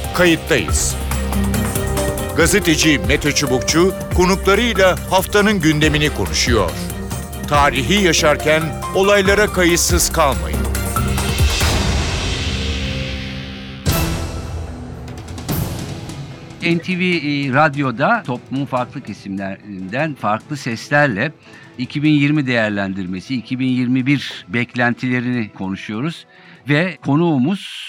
kayıttayız. Gazeteci Mete Çubukçu konuklarıyla haftanın gündemini konuşuyor. Tarihi yaşarken olaylara kayıtsız kalmayın. NTV Radyo'da toplumun farklı kesimlerinden farklı seslerle 2020 değerlendirmesi, 2021 beklentilerini konuşuyoruz. Ve konuğumuz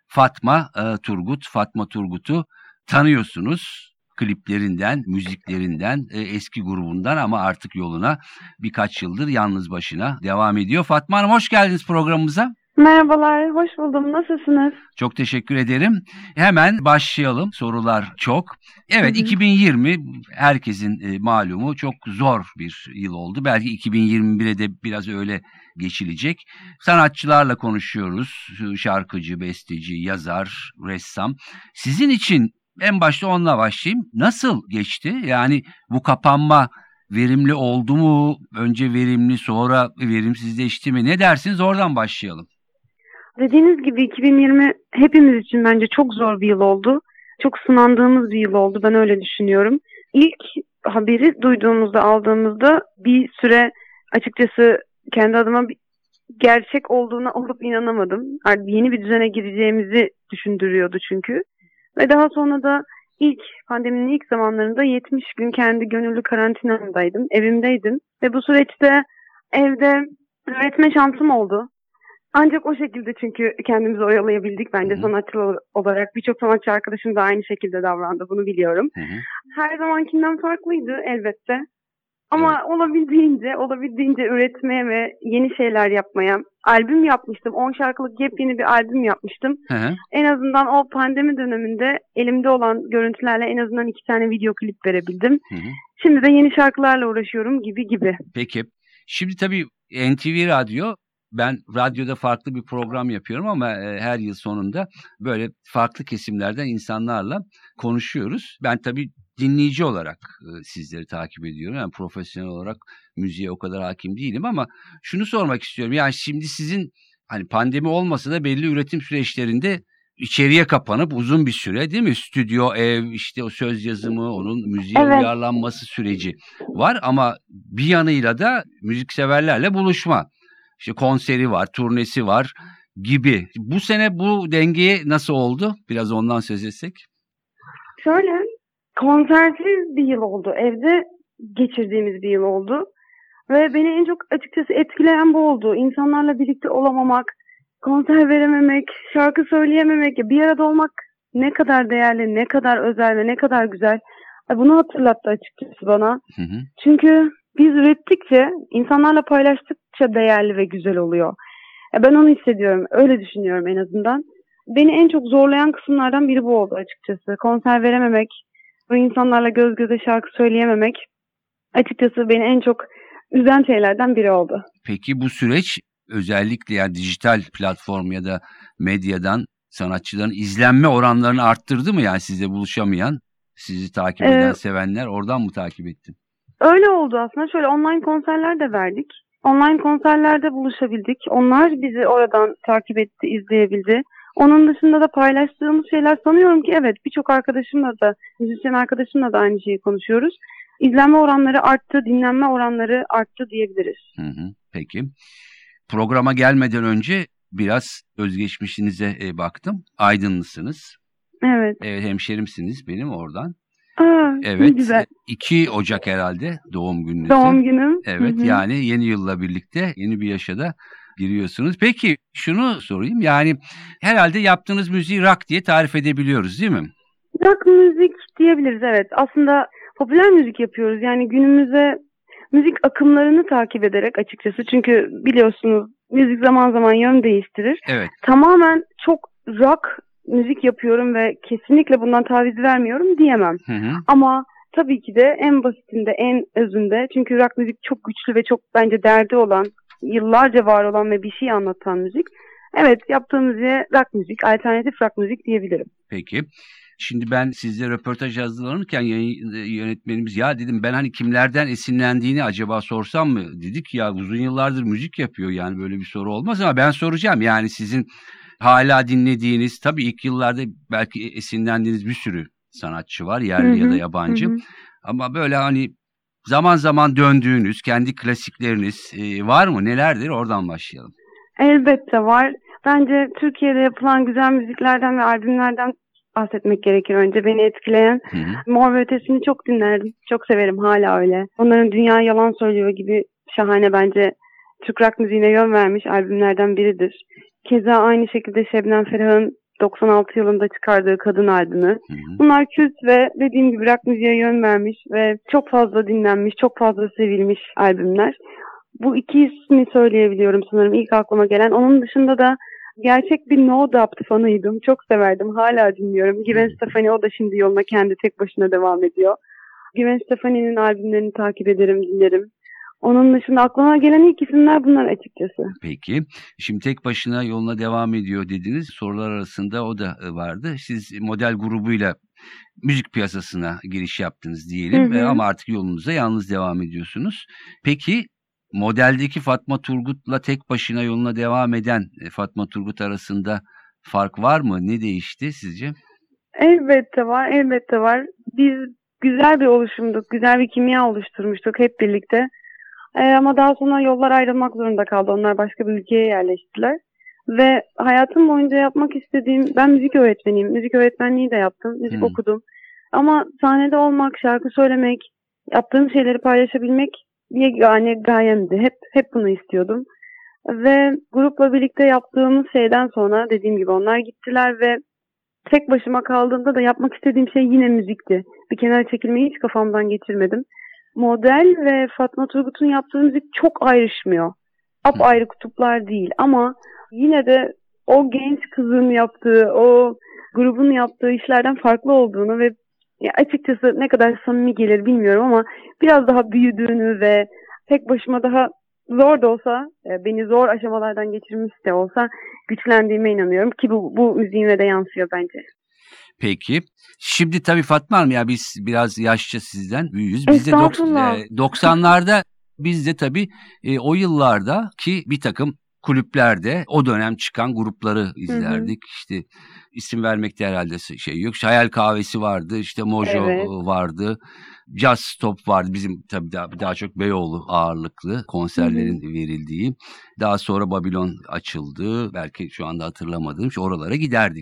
Fatma Turgut. Fatma Turgut'u tanıyorsunuz. Kliplerinden, müziklerinden, eski grubundan ama artık yoluna birkaç yıldır yalnız başına devam ediyor. Fatma Hanım, hoş geldiniz programımıza. Merhabalar, hoş buldum. Nasılsınız? Çok teşekkür ederim. Hemen başlayalım. Sorular çok. Evet, 2020 herkesin malumu çok zor bir yıl oldu. Belki 2021'e de biraz öyle geçilecek. Sanatçılarla konuşuyoruz. Şarkıcı, besteci, yazar, ressam. Sizin için en başta onunla başlayayım. Nasıl geçti? Yani bu kapanma verimli oldu mu? Önce verimli, sonra verimsizleşti mi? Ne dersiniz? Oradan başlayalım. Dediğiniz gibi 2020 hepimiz için bence çok zor bir yıl oldu. Çok sınandığımız bir yıl oldu. Ben öyle düşünüyorum. İlk haberi duyduğumuzda, aldığımızda bir süre açıkçası kendi adıma gerçek olduğuna olup inanamadım. Yani yeni bir düzene gireceğimizi düşündürüyordu çünkü. Ve daha sonra da pandeminin ilk zamanlarında 70 gün kendi gönüllü karantinamdaydım. Evimdeydim. Ve bu süreçte evde üretme şansım oldu. Ancak o şekilde çünkü kendimizi oyalayabildik bence sanatçı olarak. Birçok sanatçı arkadaşım da aynı şekilde davrandı, bunu biliyorum. Her zamankinden farklıydı elbette. Ama olabildiğince üretmeye ve yeni şeyler yapmaya. Albüm yapmıştım. 10 şarkılık yepyeni bir albüm yapmıştım. En azından o pandemi döneminde elimde olan görüntülerle en azından 2 tane video klip verebildim. Şimdi de yeni şarkılarla uğraşıyorum gibi. Peki. Şimdi tabii NTV Radyo, ben radyoda farklı bir program yapıyorum ama her yıl sonunda böyle farklı kesimlerden insanlarla konuşuyoruz. Ben tabii dinleyici olarak sizleri takip ediyorum. Yani profesyonel olarak müziğe o kadar hakim değilim ama şunu sormak istiyorum. Yani şimdi sizin hani pandemi olmasa da belli üretim süreçlerinde içeriye kapanıp uzun bir süre, değil mi? Stüdyo, ev, işte o söz yazımı, onun müziğe uyarlanması süreci var ama bir yanıyla da müzikseverlerle buluşma. İşte konseri var, turnesi var gibi. Bu sene bu dengeye nasıl oldu? Biraz ondan söz etsek. Şöyle, konsersiz bir yıl oldu. Evde geçirdiğimiz bir yıl oldu. Ve beni en çok açıkçası etkileyen bu oldu. İnsanlarla birlikte olamamak, konser verememek, şarkı söyleyememek. Bir arada olmak ne kadar değerli, ne kadar özel ve ne kadar güzel. Bunu hatırlattı açıkçası bana. Çünkü biz ürettikçe, insanlarla paylaştıkça değerli ve güzel oluyor. Ben onu hissediyorum, öyle düşünüyorum en azından. Beni en çok zorlayan kısımlardan biri bu oldu açıkçası. Konser verememek, bu insanlarla göz göze şarkı söyleyememek açıkçası beni en çok üzen şeylerden biri oldu. Peki bu süreç özellikle yani dijital platform ya da medyadan sanatçıların izlenme oranlarını arttırdı mı? Yani sizle buluşamayan, sizi takip eden, sevenler oradan mı takip etti? Öyle oldu aslında. Şöyle online konserler de verdik. Online konserlerde buluşabildik. Onlar bizi oradan takip etti, izleyebildi. Onun dışında da paylaştığımız şeyler sanıyorum ki evet birçok arkadaşımla da, müzisyen arkadaşımla da aynı şeyi konuşuyoruz. İzlenme oranları arttı, dinlenme oranları arttı diyebiliriz. Peki. Programa gelmeden önce biraz özgeçmişinize baktım. Aydınlısınız. Evet. Hemşerimsiniz benim oradan. Evet. Güzel. 2 Ocak herhalde doğum gününüz. Doğum günüm. Evet, yani yeni yılla birlikte yeni bir yaşa da giriyorsunuz. Peki şunu sorayım, yani herhalde yaptığınız müziği rock diye tarif edebiliyoruz değil mi? Rock müzik diyebiliriz, evet. Aslında popüler müzik yapıyoruz. Yani günümüze müzik akımlarını takip ederek açıkçası. Çünkü biliyorsunuz müzik zaman zaman yön değiştirir. Evet. Tamamen çok rock müzik yapıyorum ve kesinlikle bundan taviz vermiyorum diyemem. Ama tabii ki de en basitinde, en özünde. Çünkü rock müzik çok güçlü ve çok bence derdi olan, yıllarca var olan ve bir şey anlatan müzik. Evet, yaptığım müziğe rock müzik, alternatif rock müzik diyebilirim. Peki. Şimdi ben sizle röportaj hazırlanırken yönetmenimiz ya dedim ben hani kimlerden esinlendiğini acaba sorsam mı? Dedik ya uzun yıllardır müzik yapıyor, yani böyle bir soru olmaz ama ben soracağım. Yani sizin hala dinlediğiniz, tabii ilk yıllarda belki esinlendiğiniz bir sürü sanatçı var, yerli ya da yabancı. Ama böyle hani zaman zaman döndüğünüz kendi klasikleriniz var mı? Nelerdir? Oradan başlayalım. Elbette var. Bence Türkiye'de yapılan güzel müziklerden ve albümlerden bahsetmek gerekir önce. Beni etkileyen Mor ve Ötesi'ni çok dinlerdim. Çok severim, hala öyle. Onların Dünya Yalan Söylüyor gibi şahane, bence Türk rock müziğine yön vermiş albümlerden biridir. Keza aynı şekilde Şebnem Ferah'ın 96 yılında çıkardığı Kadın albümü. Bunlar kült ve dediğim gibi rock müziğe yön vermiş ve çok fazla dinlenmiş, çok fazla sevilmiş albümler. Bu iki ismi söyleyebiliyorum sanırım ilk aklıma gelen. Onun dışında da gerçek bir No Doubt fanıydım. Çok severdim. Hala dinliyorum. Gwen Stefani, o da şimdi yoluna kendi tek başına devam ediyor. Gwen Stefani'nin albümlerini takip ederim, dinlerim. Onun dışında aklıma gelen ilk isimler bunlar açıkçası. Peki. Şimdi tek başına yoluna devam ediyor dediniz. Sorular arasında o da vardı. Siz model grubuyla müzik piyasasına giriş yaptınız diyelim. Ama artık yolunuza yalnız devam ediyorsunuz. Peki modeldeki Fatma Turgut'la tek başına yoluna devam eden Fatma Turgut arasında fark var mı? Ne değişti sizce? Elbette var, elbette var. Biz güzel bir oluşumduk, güzel bir kimya oluşturmuştuk hep birlikte. Ama daha sonra yollar ayrılmak zorunda kaldı. Onlar başka bir ülkeye yerleştiler. Ve hayatım boyunca yapmak istediğim, ben müzik öğretmeniyim. Müzik öğretmenliği de yaptım, müzik okudum. Ama sahnede olmak, şarkı söylemek, yaptığım şeyleri paylaşabilmek yegane gayemdi. Hep bunu istiyordum. Ve grupla birlikte yaptığımız şeyden sonra dediğim gibi onlar gittiler ve tek başıma kaldığımda da yapmak istediğim şey yine müzikti. Bir kenara çekilmeyi hiç kafamdan geçirmedim. Model ve Fatma Turgut'un yaptığı müzik çok ayrışmıyor. Apayrı kutuplar değil ama yine de o genç kızın yaptığı, o grubun yaptığı işlerden farklı olduğunu ve açıkçası ne kadar samimi gelir bilmiyorum ama biraz daha büyüdüğünü ve tek başıma daha zor da olsa, beni zor aşamalardan geçirmiş de olsa güçlendiğime inanıyorum ki bu müziğime de yansıyor bence. Peki. Şimdi tabii Fatma Hanım, ya biz biraz yaşça sizden büyüğüz. Biz de 90'larda biz de tabii o yıllarda ki bir takım kulüplerde o dönem çıkan grupları izlerdik. İşte isim vermekte herhalde şey yok. Hayal Kahvesi vardı, işte Mojo vardı. Jazz Stop vardı. Bizim tabii daha çok Beyoğlu ağırlıklı konserlerin verildiği. Daha sonra Babylon açıldı. Belki şu anda hatırlamadığım oralara giderdik.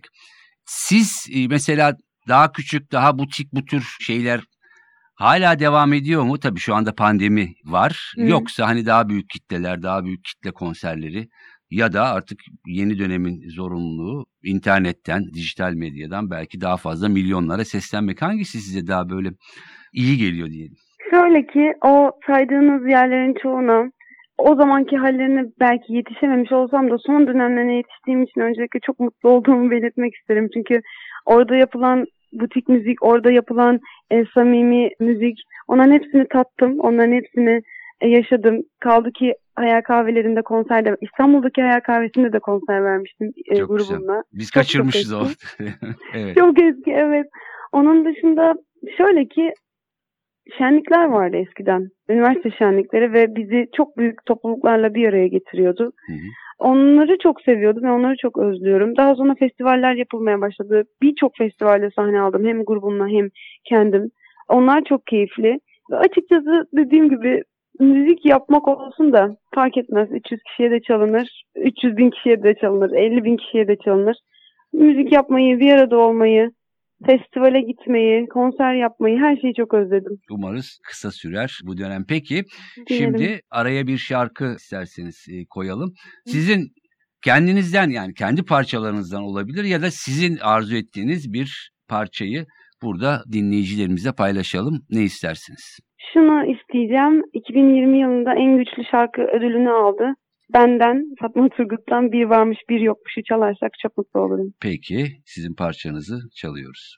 Siz mesela daha küçük, daha butik bu tür şeyler hala devam ediyor mu? Tabii şu anda pandemi var. Yoksa hani daha büyük kitleler, daha büyük kitle konserleri ya da artık yeni dönemin zorunluluğu internetten, dijital medyadan belki daha fazla milyonlara seslenmek, hangisi size daha böyle iyi geliyor diyelim? Şöyle ki o saydığınız yerlerin çoğuna o zamanki hallerine belki yetişememiş olsam da son dönemlerine yetiştiğim için öncelikle çok mutlu olduğumu belirtmek isterim. Çünkü orada yapılan butik müzik, orada yapılan samimi müzik, onların hepsini tattım, onların hepsini yaşadım. Kaldı ki Hayal Kahvelerinde konserde, İstanbul'daki Hayal Kahvesi'nde de konser vermiştim grubumla. Biz kaçırmışız o. Evet. Çok eski, evet. Onun dışında şöyle ki şenlikler vardı eskiden. Üniversite şenlikleri ve bizi çok büyük topluluklarla bir araya getiriyordu. Onları çok seviyordum ve onları çok özlüyorum. Daha sonra festivaller yapılmaya başladı. Birçok festivalde sahne aldım. Hem grubumla hem kendim. Onlar çok keyifli. Ve açıkçası dediğim gibi müzik yapmak olsun da fark etmez. 300 kişiye de çalınır, 300 bin kişiye de çalınır, 50 bin kişiye de çalınır. Müzik yapmayı, bir arada olmayı, festivale gitmeyi, konser yapmayı, her şeyi çok özledim. Umarız kısa sürer bu dönem. Peki şimdi araya bir şarkı isterseniz koyalım. Sizin kendinizden, yani kendi parçalarınızdan olabilir ya da sizin arzu ettiğiniz bir parçayı burada dinleyicilerimizle paylaşalım. Ne istersiniz? Şunu isteyeceğim. 2020 yılında en güçlü şarkı ödülünü aldı. Benden, Fatma Turgut'tan Bir Varmış Bir Yokmuş'u çalarsak çok mutlu olurum. Peki, sizin parçanızı çalıyoruz.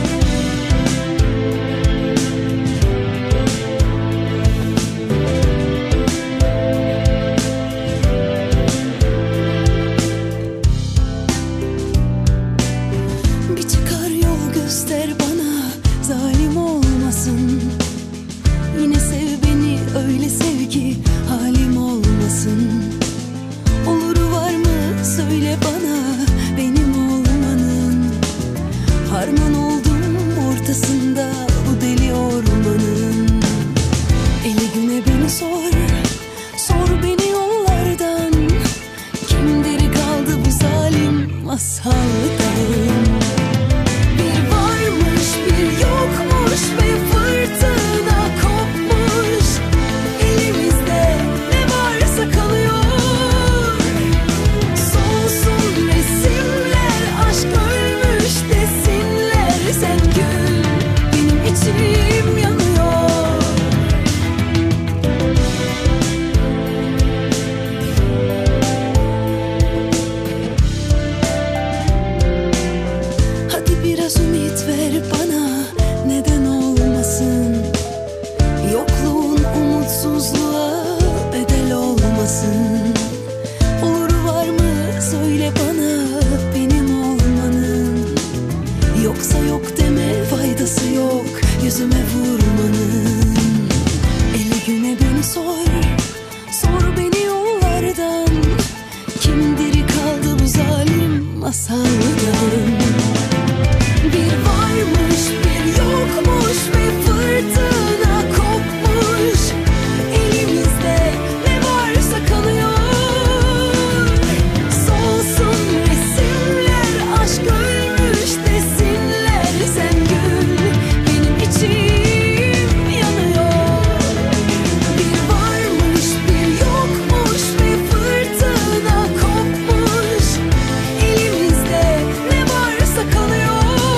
Bir çıkar yol göster bana, zalim olmasın. Yine sev beni, öyle sev ki halim olmasın. Oluru var mı söyle bana, masaldan. Bir varmış bir yokmuş ve fırtına kopmuş. Elimizde ne varsa kalıyor. Solsun resimler, aşk ölmüş desinler. Sen gül, benim içim yanıyor. Hadi biraz ümit ver bana, neden olmasın? Yokluğun umutsuzluğa bedel olmasın. Oluru var mı söyle bana benim olmanın. Yoksa yok deme, faydası yok yüzüme vurmanın. Ele güne beni sor, sor beni yollardan. Kim diri kaldı bu zalim masaldan? Bir varmış bir yokmuş ve fırtına kopmuş. Elimizde ne varsa kalıyor. Solsun resimler, aşk ölmüş desinler. Sen gül, benim içim yanıyor. Bir varmış bir yokmuş ve fırtına kopmuş. Elimizde ne varsa kalıyor.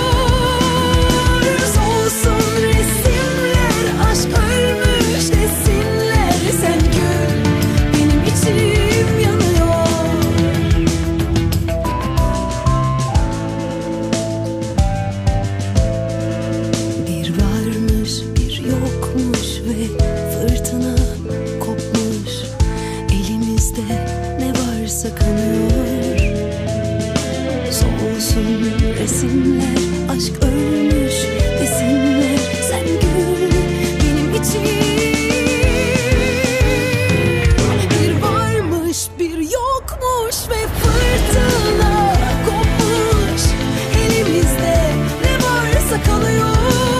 Solsun resimler, aşk ölmüş desinler. Sen gül, benim içim yanıyor. Bir varmış bir yokmuş ve fırtına kopmuş. Elimizde ne varsa kalıyor. Solsun resimler, aşk ölmüş desinler. Sen gül, benim içim. Bir varmış bir yokmuş ve fırtına kopmuş. Elimizde ne varsa kalıyor.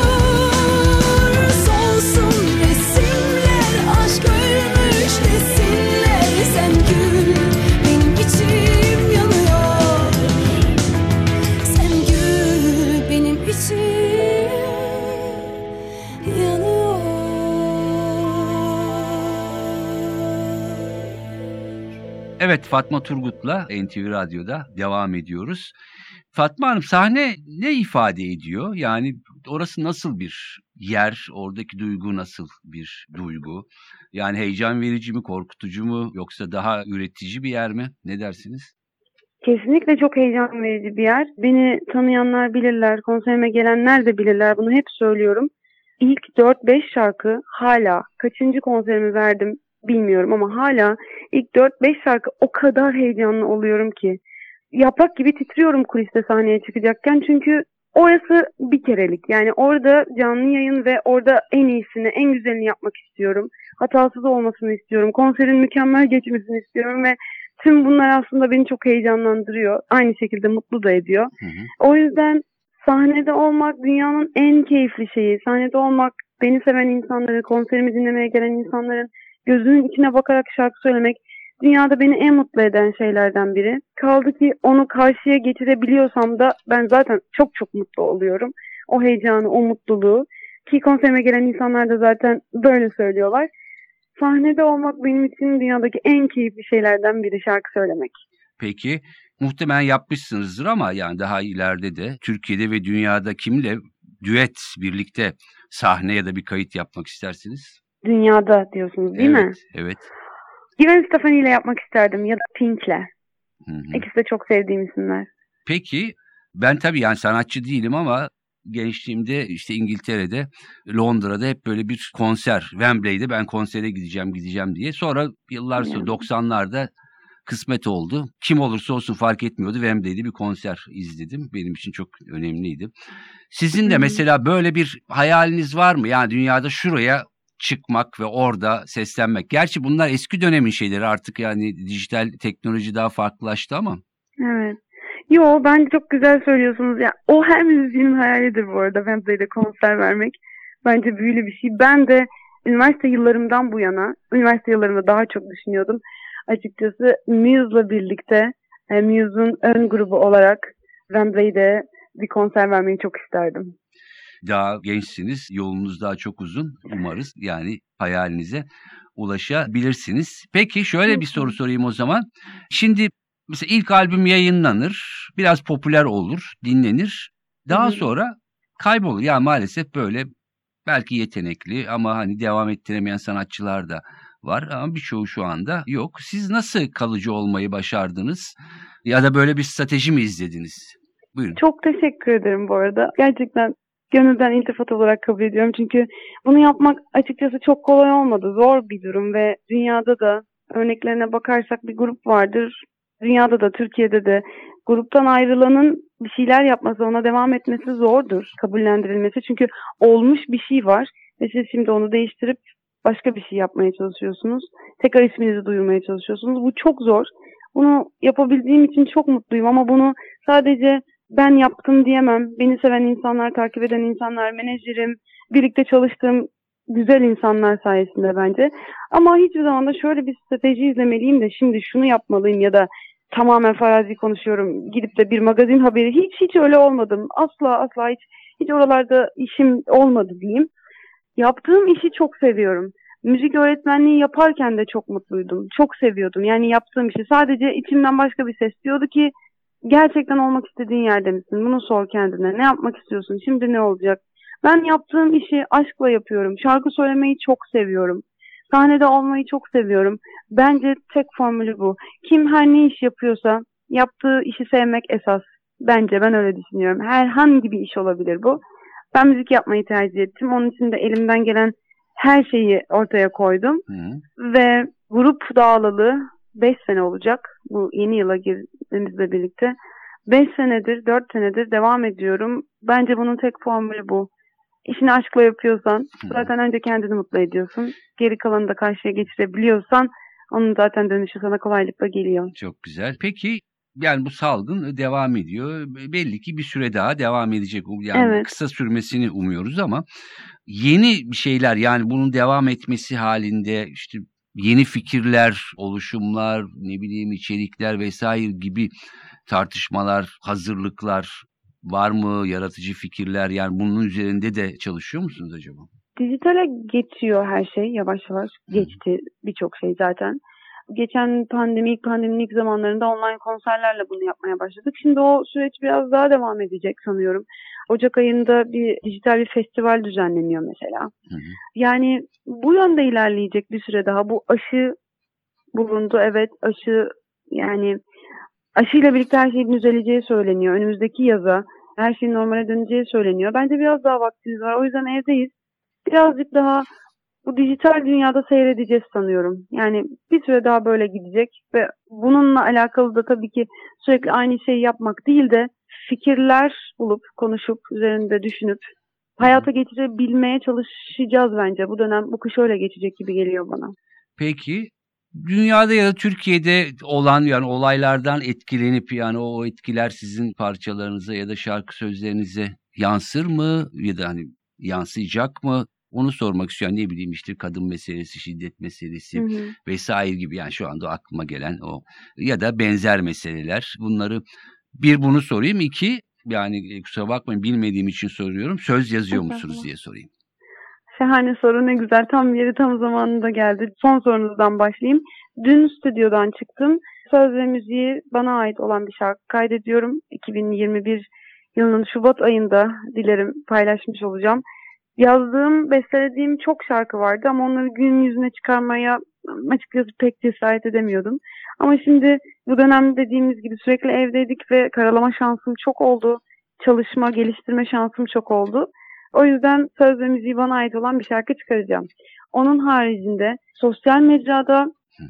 Solsun resimler, aşk ölmüş desinler. Sen gül, benim içim yanıyor. Sen gül, benim içim yanıyor. Evet, Fatma Turgut'la NTV Radyo'da devam ediyoruz. Fatma Hanım, sahne ne ifade ediyor? Yani orası nasıl bir yer? Oradaki duygu nasıl bir duygu? Yani heyecan verici mi, korkutucu mu, yoksa daha üretici bir yer mi? Ne dersiniz? Kesinlikle çok heyecan verici bir yer. Beni tanıyanlar bilirler, konserime gelenler de bilirler. Bunu hep söylüyorum. İlk 4-5 şarkı hala, kaçıncı konserimi verdim bilmiyorum ama hala ilk 4-5 şarkı o kadar heyecanlı oluyorum ki. Yaprak gibi titriyorum kuliste sahneye çıkacakken, çünkü orası bir kerelik. Yani orada canlı yayın ve orada en iyisini, en güzelini yapmak istiyorum. Hatasız olmasını istiyorum. Konserin mükemmel geçmesini istiyorum ve tüm bunlar aslında beni çok heyecanlandırıyor. Aynı şekilde mutlu da ediyor. Hı hı. O yüzden sahnede olmak dünyanın en keyifli şeyi. Sahnede olmak, beni seven insanları, konserimi dinlemeye gelen insanların gözünün içine bakarak şarkı söylemek dünyada beni en mutlu eden şeylerden biri. Kaldı ki onu karşıya geçirebiliyorsam da ben zaten çok çok mutlu oluyorum. O heyecanı, o mutluluğu. Ki konserime gelen insanlar da zaten böyle söylüyorlar. Sahnede olmak benim için dünyadaki en keyifli şeylerden biri, şarkı söylemek. Peki, muhtemelen yapmışsınızdır ama yani daha ileride de Türkiye'de ve dünyada kimle düet birlikte sahne ya da bir kayıt yapmak istersiniz? Dünyada diyorsunuz değil mi? Evet. Gwen Stefani ile yapmak isterdim ya da Pink'le. Hı hı. İkisi de çok sevdiğim isimler. Peki, ben tabii yani sanatçı değilim ama gençliğimde işte İngiltere'de, Londra'da hep böyle bir konser, Wembley'de ben konsere gideceğim diye. Sonra yıllar sonra 90'larda kısmet oldu. Kim olursa olsun fark etmiyordu. Wembley'de bir konser izledim. Benim için çok önemliydi. Sizin de mesela böyle bir hayaliniz var mı? Yani dünyada şuraya çıkmak ve orada seslenmek. Gerçi bunlar eski dönemin şeyleri, artık yani dijital teknoloji daha farklılaştı ama. Evet. Yo, bence çok güzel söylüyorsunuz. Ya, o her müzisyenin hayalidir bu arada, Wembley'de konser vermek. Bence büyülü bir şey. Ben de üniversite yıllarımdan bu yana, üniversite yıllarımda daha çok düşünüyordum. Açıkçası Muse'la birlikte Muse'un ön grubu olarak Wembley'de bir konser vermeyi çok isterdim. Daha gençsiniz, yolunuz daha çok uzun. Umarız yani hayalinize ulaşabilirsiniz. Peki şöyle bir soru sorayım o zaman. Şimdi mesela ilk albüm yayınlanır, biraz popüler olur, dinlenir. Daha sonra kaybolur. Yani maalesef böyle belki yetenekli ama hani devam ettiremeyen sanatçılar da var ama birçoğu şu anda yok. Siz nasıl kalıcı olmayı başardınız? Ya da böyle bir strateji mi izlediniz? Buyurun. Çok teşekkür ederim bu arada. Gerçekten gönülden iltifat olarak kabul ediyorum. Çünkü bunu yapmak açıkçası çok kolay olmadı. Zor bir durum ve dünyada da örneklerine bakarsak bir grup vardır. Dünyada da Türkiye'de de gruptan ayrılanın bir şeyler yapması, ona devam etmesi zordur. Kabullendirilmesi. Çünkü olmuş bir şey var ve siz şimdi onu değiştirip başka bir şey yapmaya çalışıyorsunuz. Tekrar isminizi duyurmaya çalışıyorsunuz. Bu çok zor. Bunu yapabildiğim için çok mutluyum ama bunu sadece ben yaptım diyemem. Beni seven insanlar, takip eden insanlar, menajerim, birlikte çalıştığım güzel insanlar sayesinde bence. Ama hiçbir zaman da şöyle bir strateji izlemeliyim de şimdi şunu yapmalıyım ya da tamamen farazi konuşuyorum. Gidip de bir magazin haberi hiç öyle olmadım. Asla hiç oralarda işim olmadı diyeyim. Yaptığım işi çok seviyorum. Müzik öğretmenliği yaparken de çok mutluydum. Çok seviyordum. Yani yaptığım işi. Sadece içimden başka bir ses diyordu ki gerçekten olmak istediğin yerde misin? Bunu sor kendine. Ne yapmak istiyorsun? Şimdi ne olacak? Ben yaptığım işi aşkla yapıyorum. Şarkı söylemeyi çok seviyorum. Sahnede olmayı çok seviyorum. Bence tek formülü bu. Kim her ne iş yapıyorsa yaptığı işi sevmek esas. Bence ben öyle düşünüyorum. Herhangi bir iş olabilir bu. Ben müzik yapmayı tercih ettim. Onun için de elimden gelen her şeyi ortaya koydum. Ve grup dağılalı 5 sene olacak. Bu yeni yıla girdiğimizle birlikte. 5 senedir, 4 senedir devam ediyorum. Bence bunun tek formülü bu. İşini aşkla yapıyorsan zaten önce kendini mutlu ediyorsun. Geri kalanını da karşıya geçirebiliyorsan onun zaten dönüşü sana kolaylıkla geliyor. Çok güzel. Peki yani bu salgın devam ediyor. Belli ki bir süre daha devam edecek. Yani Evet. kısa sürmesini umuyoruz ama yeni bir şeyler yani bunun devam etmesi halinde işte yeni fikirler, oluşumlar, ne bileyim içerikler vesaire gibi tartışmalar, hazırlıklar var mı? Yaratıcı fikirler yani bunun üzerinde de çalışıyor musunuz acaba? Dijitale geçiyor her şey yavaş yavaş. Geçti birçok şey zaten. Geçen ilk pandeminin ilk zamanlarında online konserlerle bunu yapmaya başladık. Şimdi o süreç biraz daha devam edecek sanıyorum. Ocak ayında bir dijital bir festival düzenleniyor mesela. Yani bu yönde ilerleyecek bir süre daha. Bu aşı bulundu. Evet, aşı yani aşıyla birlikte her şeyin düzeleceği söyleniyor. Önümüzdeki yaza her şeyin normale döneceği söyleniyor. Bence biraz daha vaktimiz var. O yüzden evdeyiz. Birazcık daha bu dijital dünyada seyredeceğiz sanıyorum. Yani bir süre daha böyle gidecek ve bununla alakalı da tabii ki sürekli aynı şeyi yapmak değil de fikirler bulup, konuşup, üzerinde düşünüp hayata geçirebilmeye çalışacağız bence. Bu dönem, bu kış öyle geçecek gibi geliyor bana. Peki dünyada ya da Türkiye'de olan yani olaylardan etkilenip yani o etkiler sizin parçalarınıza ya da şarkı sözlerinize yansır mı ya da hani yansıyacak mı? Onu sormak istiyorum. Ne bileyim işte kadın meselesi, şiddet meselesi vesaire gibi yani şu anda aklıma gelen o ya da benzer meseleler. Bunları bunu sorayım. 2 yani kusura bakmayın bilmediğim için soruyorum. Söz yazıyor musunuz diye sorayım. Şahane soru, ne güzel. Tam yeri tam zamanında geldi. Son sorunuzdan başlayayım. Dün stüdyodan çıktım. Söz ve müziği bana ait olan bir şarkı kaydediyorum. 2021 yılının Şubat ayında dilerim paylaşmış olacağım. Yazdığım, bestelediğim çok şarkı vardı ama onları gün yüzüne çıkarmaya açıkçası pek cesaret edemiyordum. Ama şimdi bu dönem dediğimiz gibi sürekli evdeydik ve karalama şansım çok oldu. Çalışma, geliştirme şansım çok oldu. O yüzden söz ve müziği bana ait olan bir şarkı çıkaracağım. Onun haricinde sosyal mecrada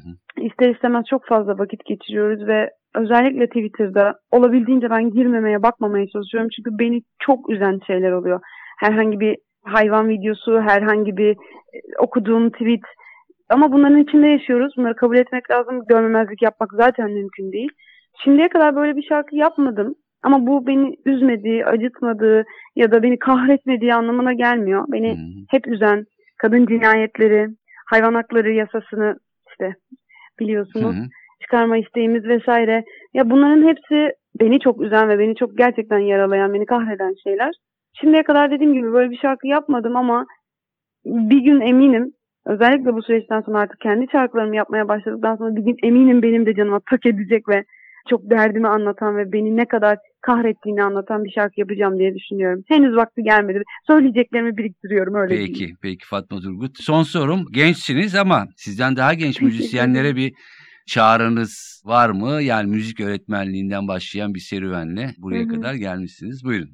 ister istemez çok fazla vakit geçiriyoruz ve özellikle Twitter'da olabildiğince ben girmemeye, bakmamaya çalışıyorum. Çünkü beni çok üzen şeyler oluyor. Herhangi bir hayvan videosu, herhangi bir okuduğum tweet. Ama bunların içinde yaşıyoruz. Bunları kabul etmek lazım. Görmemezlik yapmak zaten mümkün değil. Şimdiye kadar böyle bir şarkı yapmadım. Ama bu beni üzmediği, acıtmadığı ya da beni kahretmediği anlamına gelmiyor. Beni hep üzen kadın cinayetleri, hayvan hakları yasasını işte biliyorsunuz. çıkarma isteğimiz vesaire. Ya bunların hepsi beni çok üzen ve beni çok gerçekten yaralayan, beni kahreden şeyler. Şimdiye kadar dediğim gibi böyle bir şarkı yapmadım ama bir gün eminim, özellikle bu süreçten sonra artık kendi şarkılarımı yapmaya başladıktan sonra bir gün eminim benim de canıma tak edecek ve çok derdimi anlatan ve beni ne kadar kahrettiğini anlatan bir şarkı yapacağım diye düşünüyorum. Henüz vakti gelmedi. Söyleyeceklerimi biriktiriyorum, öyle diyeyim. Peki Fatma Turgut. Son sorum, gençsiniz ama sizden daha genç müzisyenlere bir çağrınız var mı? Yani müzik öğretmenliğinden başlayan bir serüvenle buraya kadar gelmişsiniz. Buyurun.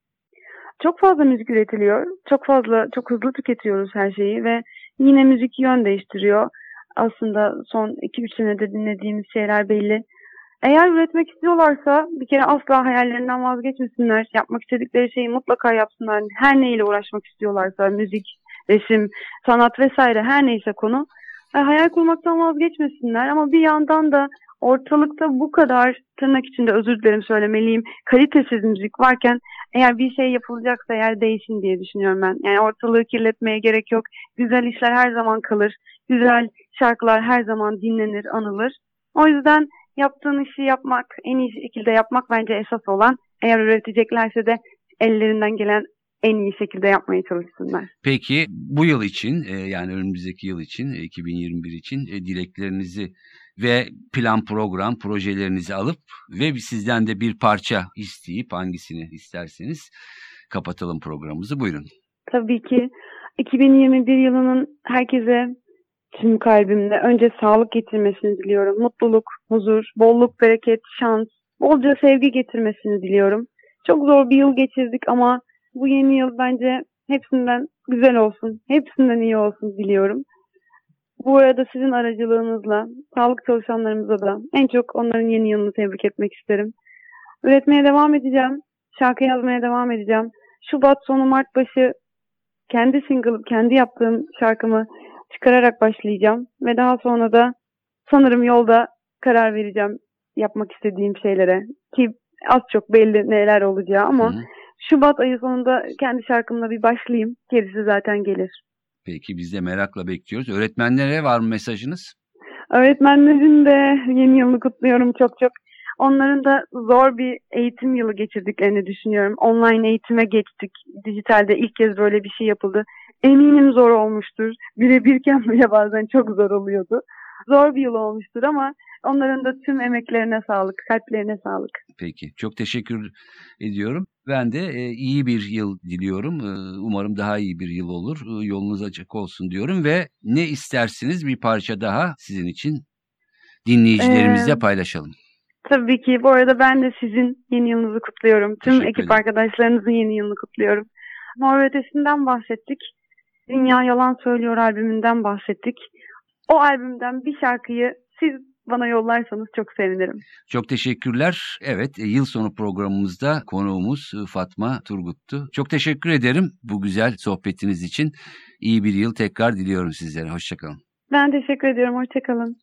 Çok fazla müzik üretiliyor. Çok hızlı tüketiyoruz her şeyi ve yine müzik yön değiştiriyor. Aslında son 2-3 senede dinlediğimiz şeyler belli. Eğer üretmek istiyorlarsa bir kere asla hayallerinden vazgeçmesinler. Yapmak istedikleri şeyi mutlaka yapsınlar. Her neyle uğraşmak istiyorlarsa, müzik, resim, sanat vesaire, her neyse konu. Hayal kurmaktan vazgeçmesinler ama bir yandan da ortalıkta bu kadar, tırnak içinde özür dilerim söylemeliyim, kalitesiz müzik varken eğer bir şey yapılacaksa eğer değişin diye düşünüyorum ben. Yani ortalığı kirletmeye gerek yok. Güzel işler her zaman kalır. Güzel şarkılar her zaman dinlenir, anılır. O yüzden yaptığın işi yapmak, en iyi şekilde yapmak bence esas olan. Eğer üreteceklerse de ellerinden gelen en iyi şekilde yapmaya çalışsınlar. Peki bu yıl için, yani önümüzdeki yıl için, 2021 için dileklerinizi ve plan program projelerinizi alıp ve sizden de bir parça isteyip hangisini isterseniz kapatalım programımızı. Buyurun. Tabii ki 2021 yılının herkese tüm kalbimle önce sağlık getirmesini diliyorum. Mutluluk, huzur, bolluk, bereket, şans, bolca sevgi getirmesini diliyorum. Çok zor bir yıl geçirdik ama bu yeni yıl bence hepsinden güzel olsun, hepsinden iyi olsun diliyorum. Bu arada sizin aracılığınızla sağlık çalışanlarımıza da en çok onların yeni yılını tebrik etmek isterim. Üretmeye devam edeceğim, şarkı yazmaya devam edeceğim. Şubat sonu Mart başı kendi yaptığım şarkımı çıkararak başlayacağım ve daha sonra da sanırım yolda karar vereceğim yapmak istediğim şeylere, ki az çok belli neler olacağı ama Şubat ayı sonunda kendi şarkımla bir başlayayım, gerisi zaten gelir. Peki, biz de merakla bekliyoruz. Öğretmenlere var mı mesajınız? Öğretmenlerin de yeni yılını kutluyorum çok. Onların da zor bir eğitim yılı geçirdiklerini düşünüyorum. Online eğitime geçtik. Dijitalde ilk kez böyle bir şey yapıldı. Eminim zor olmuştur. Birebirken bile bazen çok zor oluyordu. Zor bir yıl olmuştur ama onların da tüm emeklerine sağlık, kalplerine sağlık. Peki, çok teşekkür ediyorum. Ben de iyi bir yıl diliyorum. Umarım daha iyi bir yıl olur. Yolunuz açık olsun diyorum ve ne istersiniz bir parça daha sizin için dinleyicilerimizle paylaşalım. Tabii ki. Bu arada ben de sizin yeni yılınızı kutluyorum. Tüm Teşekkür ekip ederim. arkadaşlarınızın yeni yılını kutluyorum. Mor ve Ötesi'nden bahsettik. Dünya Yalan Söylüyor albümünden bahsettik. O albümden bir şarkıyı siz bana yollarsanız çok sevinirim. Çok teşekkürler. Evet, yıl sonu programımızda konuğumuz Fatma Turgut'tu. Çok teşekkür ederim bu güzel sohbetiniz için. İyi bir yıl tekrar diliyorum sizlere. Hoşçakalın. Ben teşekkür ediyorum. Hoşçakalın.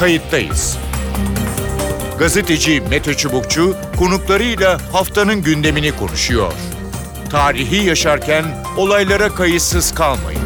Kayıttayız. Gazeteci Mete Çubukçu konuklarıyla haftanın gündemini konuşuyor. Tarihi yaşarken olaylara kayıtsız kalmayın.